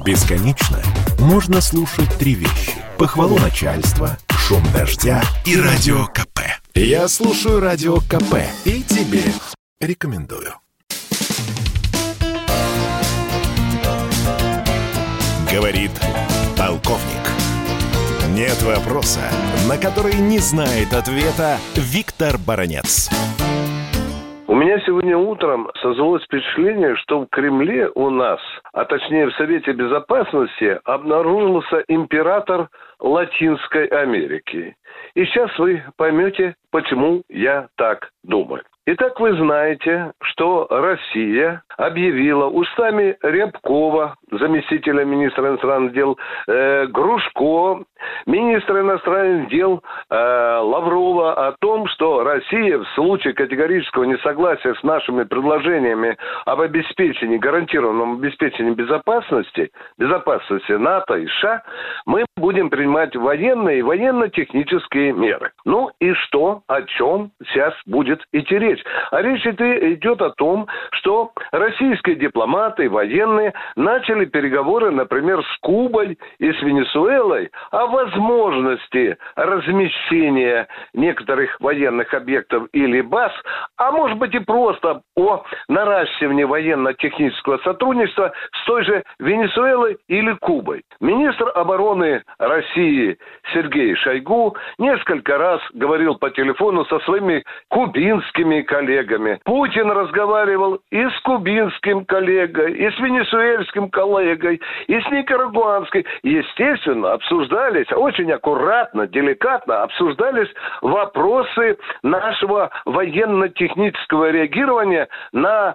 Бесконечно можно слушать три вещи: похвалу начальства, шум дождя и радио КП. Я слушаю радио КП и тебе рекомендую. Говорит полковник. Нет вопроса, на который не знает ответа Виктор Баранец. У меня сегодня утром создалось впечатление, что в Кремле у нас, а точнее в Совете Безопасности, обнаружился император Латинской Америки. И сейчас вы поймете, почему я так думаю. Итак, вы знаете, что Россия объявила устами Рябкова, заместителя министра иностранных дел, Грушко, министра иностранных дел Лаврова о том, что Россия в случае категорического несогласия с нашими предложениями об обеспечении, гарантированном обеспечении безопасности НАТО и США, мы будем принимать военные и военно-технические меры. Ну и что, о чем сейчас будет идти речь? А речь идет о том, что российские дипломаты и военные начали переговоры, например, с Кубой и с Венесуэлой о возможности размещения некоторых военных объектов или баз, а может быть и просто о наращивании военно-технического сотрудничества с той же Венесуэлой или Кубой. Министр обороны России Сергей Шойгу несколько раз говорил по телефону со своими кубинскими коллегами. Путин разговаривал и с кубинским коллегой, и с венесуэльским коллегой, и с никарагуанской. Естественно, обсуждались очень аккуратно, деликатно обсуждались вопросы нашего военно-технического реагирования на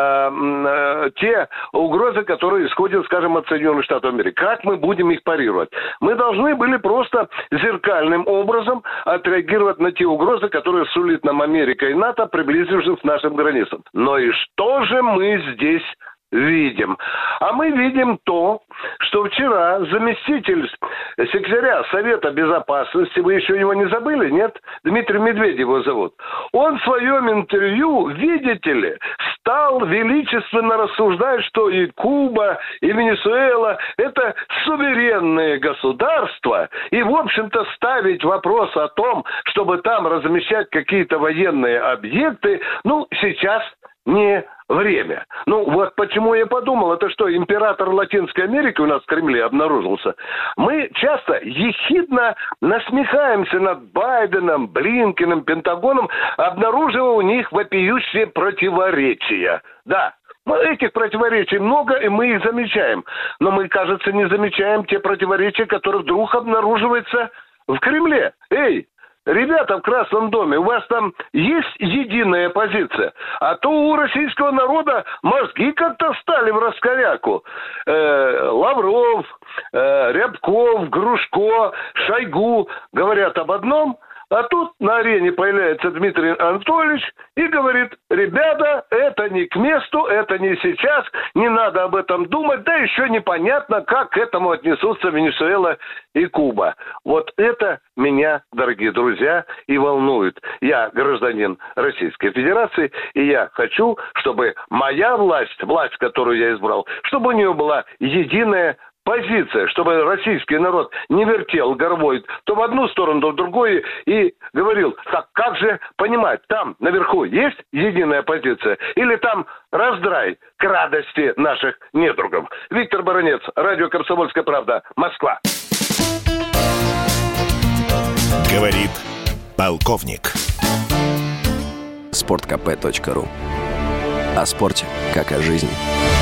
те угрозы, которые исходят, скажем, от Соединенных Штатов Америки. Как мы будем их парировать? Мы должны были просто зеркальным образом отреагировать на те угрозы, которые сулит нам Америка и НАТО, приблизившись к нашим границам. Но и что же мы здесь видим? А мы видим то, что вчера заместитель секретаря Совета Безопасности, вы еще его не забыли, нет? Дмитрий Медведев его зовут. Он в своем интервью, видите ли, стал величественно рассуждать, что и Куба, и Венесуэла – это суверенные государства. И, в общем-то, ставить вопрос о том, чтобы там размещать какие-то военные объекты, сейчас не время. Вот почему я подумал, это что, император Латинской Америки у нас в Кремле обнаружился? Мы часто ехидно насмехаемся над Байденом, Блинкеном, Пентагоном, обнаруживая у них вопиющие противоречия. Да, этих противоречий много, и мы их замечаем. Но мы, кажется, не замечаем те противоречия, которые вдруг обнаруживаются в Кремле. Эй! Ребята в Красном доме, у вас там есть единая позиция? А то у российского народа мозги как-то встали в раскоряку. Лавров, Рябков, Грушко, Шойгу говорят об одном, а тут на арене появляется Дмитрий Анатольевич и говорит: ребята, это не к месту, это не сейчас, не надо об этом думать, да еще непонятно, как к этому отнесутся Венесуэла и Куба. Вот это меня, дорогие друзья, и волнует. Я гражданин Российской Федерации, и я хочу, чтобы моя власть, которую я избрал, чтобы у нее была единая позиция, чтобы российский народ не вертел головой то в одну сторону, то в другую, и говорил: так как же понимать, там наверху есть единая позиция, или там раздрай к радости наших недругов? Виктор Баранец, радио «Комсомольская правда», Москва. Говорит полковник. Sportkp.ru. О спорте, как о жизни.